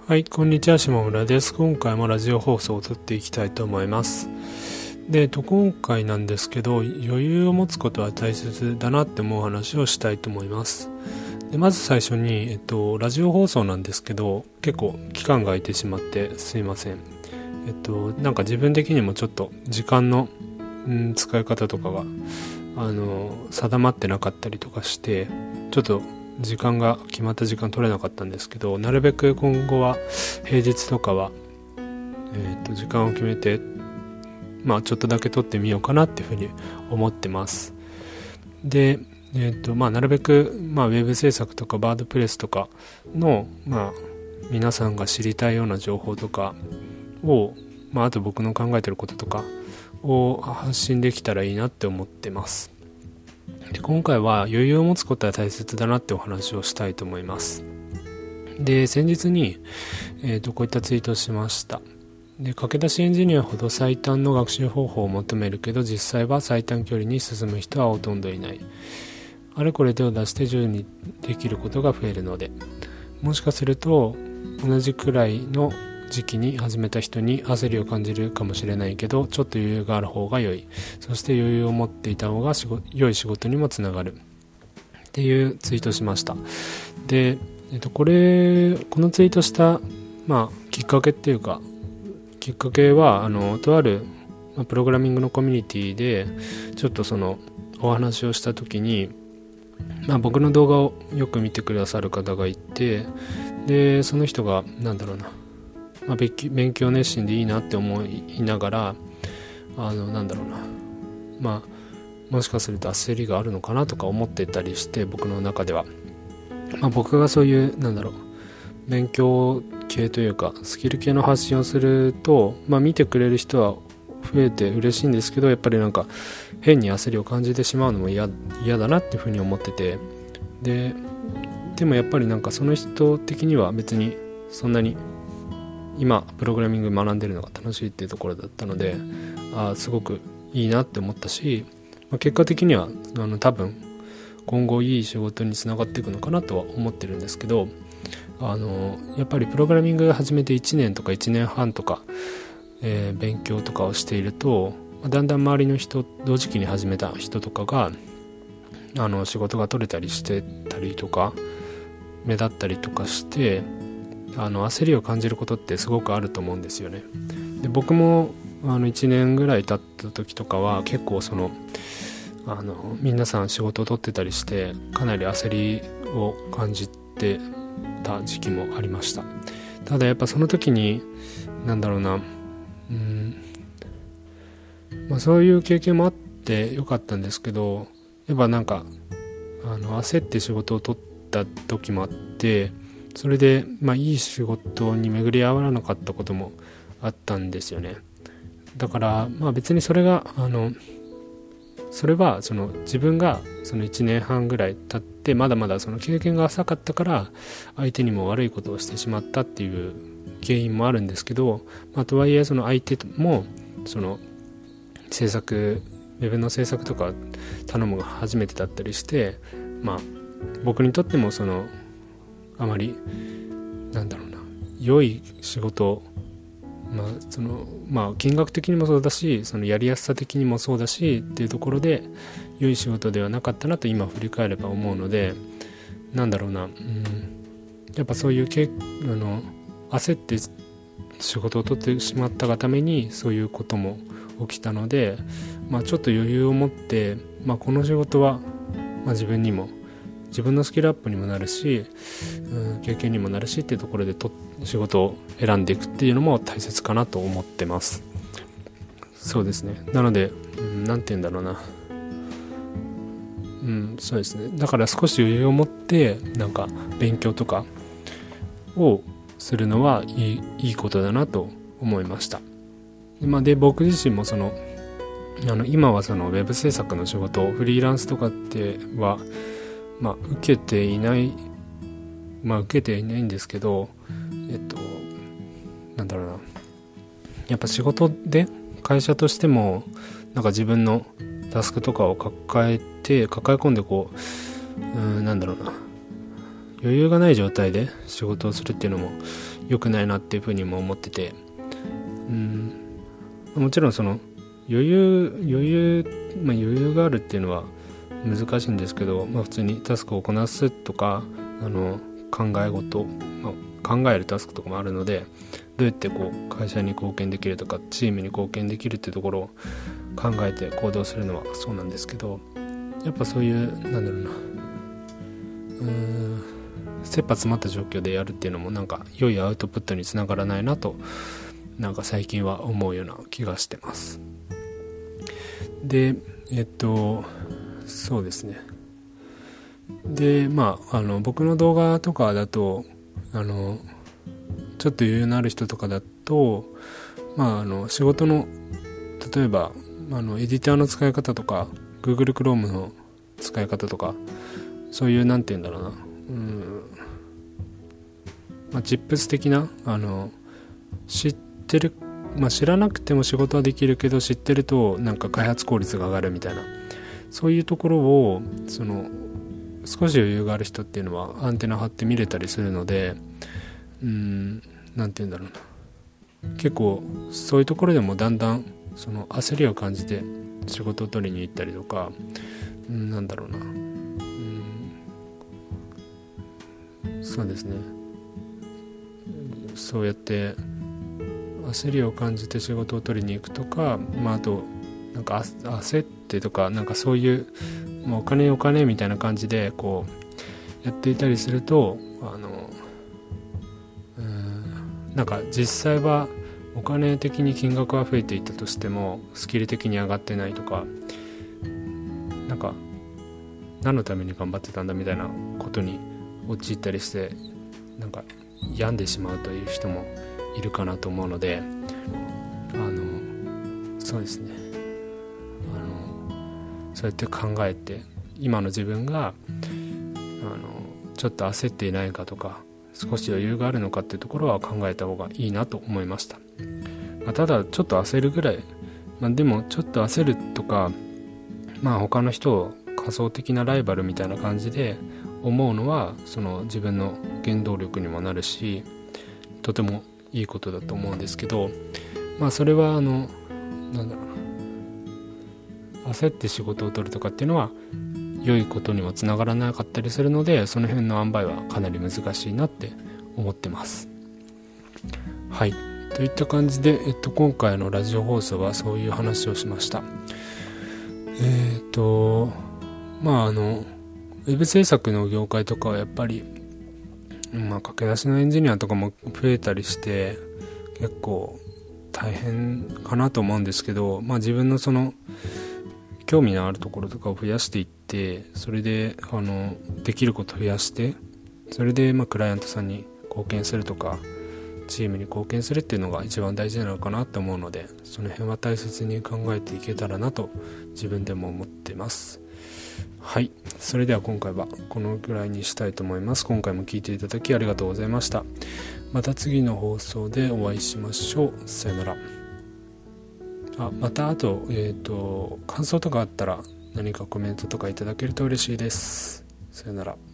はい、こんにちは、下村です。今回もラジオ放送を撮っていきたいと思います。で、今回なんですけど、余裕を持つことは大切だなって思う話をしたいと思います。で、まず最初に、ラジオ放送なんですけど、結構期間が空いてしまってすいません。なんか自分的にもちょっと時間の、使い方とかが、定まってなかったりとかして、ちょっと決まった時間取れなかったんですけど、なるべく今後は平日とかは、時間を決めてちょっとだけ取ってみようかなっていうふうに思ってます。で、なるべく、ウェブ制作とかバードプレスとかの、皆さんが知りたいような情報とかを、あと僕の考えてることとかを発信できたらいいなって思ってます。で、今回は余裕を持つことは大切だなってお話をしたいと思います。で、先日に、こういったツイートをしました。で、駆け出しエンジニアほど最短の学習方法を求めるけど、実際は最短距離に進む人はほとんどいない。あれこれ手を出して徐々にできることが増えるので、もしかすると同じくらいの時期に始めた人に焦りを感じるかもしれないけど、ちょっと余裕がある方が良い。そして余裕を持っていた方が良い仕事にもつながるっていうツイートをしました。で、このツイートした、きっかけっていうか、きっかけはとある、プログラミングのコミュニティでちょっとそのお話をした時に、僕の動画をよく見てくださる方がいて、でその人が勉強熱心でいいなって思いながらもしかすると焦りがあるのかなとか思ってたりして、僕の中では、僕がそういう勉強系というかスキル系の発信をすると、見てくれる人は増えて嬉しいんですけど、やっぱり変に焦りを感じてしまうのも嫌だなっていうふうに思ってて、でもやっぱりその人的には別にそんなに今プログラミング学んでるのが楽しいっていうところだったので、すごくいいなって思ったし、結果的には多分今後いい仕事につながっていくのかなとは思ってるんですけど、やっぱりプログラミング始めて1年とか1年半とか、勉強とかをしていると、だんだん周りの人、同時期に始めた人とかが仕事が取れたりしてたりとか目立ったりとかして、焦りを感じることってすごくあると思うんですよね。で、僕も1年ぐらい経った時とかは結構皆さん仕事を取ってたりしてかなり焦りを感じてた時期もありました。ただやっぱその時にそういう経験もあってよかったんですけど、やっぱ焦って仕事を取った時もあって、それでいい仕事に巡り合わなかったこともあったんですよね。だから別にそれは自分がその1年半ぐらい経ってまだまだその経験が浅かったから相手にも悪いことをしてしまったっていう原因もあるんですけど、とはいえその相手もそのウェブの制作とか頼むのが初めてだったりして、僕にとってもあまり良い仕事、金額的にもそうだし、そのやりやすさ的にもそうだしっていうところで良い仕事ではなかったなと今振り返れば思うので、やっぱそういう焦って仕事を取ってしまったがためにそういうことも起きたので、ちょっと余裕を持って、この仕事は、自分のスキルアップにもなるし、経験にもなるしっていうところで仕事を選んでいくっていうのも大切かなと思ってます。そうですね。なので、そうですね。だから少し余裕を持って勉強とかをするのはいいことだなと思いました。で、僕自身も今はウェブ制作の仕事をフリーランスとかっては受けていないんですけど、やっぱ仕事で会社としても自分のタスクとかを抱え込んで余裕がない状態で仕事をするっていうのも良くないなっていうふうにも思ってて、もちろんその余裕があるっていうのは難しいんですけど、普通にタスクをこなすとか考え事、考えるタスクとかもあるので、どうやってこう会社に貢献できるとかチームに貢献できるっていうところを考えて行動するのはそうなんですけど、やっぱそういう切羽詰まった状況でやるっていうのも良いアウトプットにつながらないなと最近は思うような気がしてます。でそうですね。で僕の動画とかだとちょっと余裕のある人とかだと仕事の例えばエディターの使い方とか Google Chrome の使い方とか、そういうTips 的な知ってる、知らなくても仕事はできるけど知ってると開発効率が上がるみたいな、そういうところを少し余裕がある人っていうのはアンテナ張って見れたりするので、結構そういうところでもだんだん焦りを感じて仕事を取りに行ったりとか、そうですね、そうやって焦りを感じて仕事を取りに行くとか、あと焦ってとかそういうもうお金みたいな感じでこうやっていたりすると実際はお金的に金額は増えていったとしてもスキル的に上がってないとか、何のために頑張ってたんだみたいなことに陥ったりして病んでしまうという人もいるかなと思うので、そうですね、そうやって考えて今の自分がちょっと焦っていないかとか少し余裕があるのかっていうところは考えた方がいいなと思いました。ただちょっと焦るぐらい、でもちょっと焦るとか他の人を仮想的なライバルみたいな感じで思うのは自分の原動力にもなるし、とてもいいことだと思うんですけど、それは焦って仕事を取るとかっていうのは良いことにもつながらなかったりするので、その辺の塩梅はかなり難しいなって思ってます。はい、といった感じで、今回のラジオ放送はそういう話をしました。ウェブ制作の業界とかはやっぱり、駆け出しのエンジニアとかも増えたりして結構大変かなと思うんですけど、自分の興味のあるところとかを増やしていって、それでできることを増やして、それでクライアントさんに貢献するとかチームに貢献するっていうのが一番大事なのかなと思うので、その辺は大切に考えていけたらなと自分でも思ってます。はい、それでは今回はこのぐらいにしたいと思います。今回も聞いていただきありがとうございました。また次の放送でお会いしましょう。さよなら。またあと、感想とかあったら何かコメントとかいただけると嬉しいです。さよなら。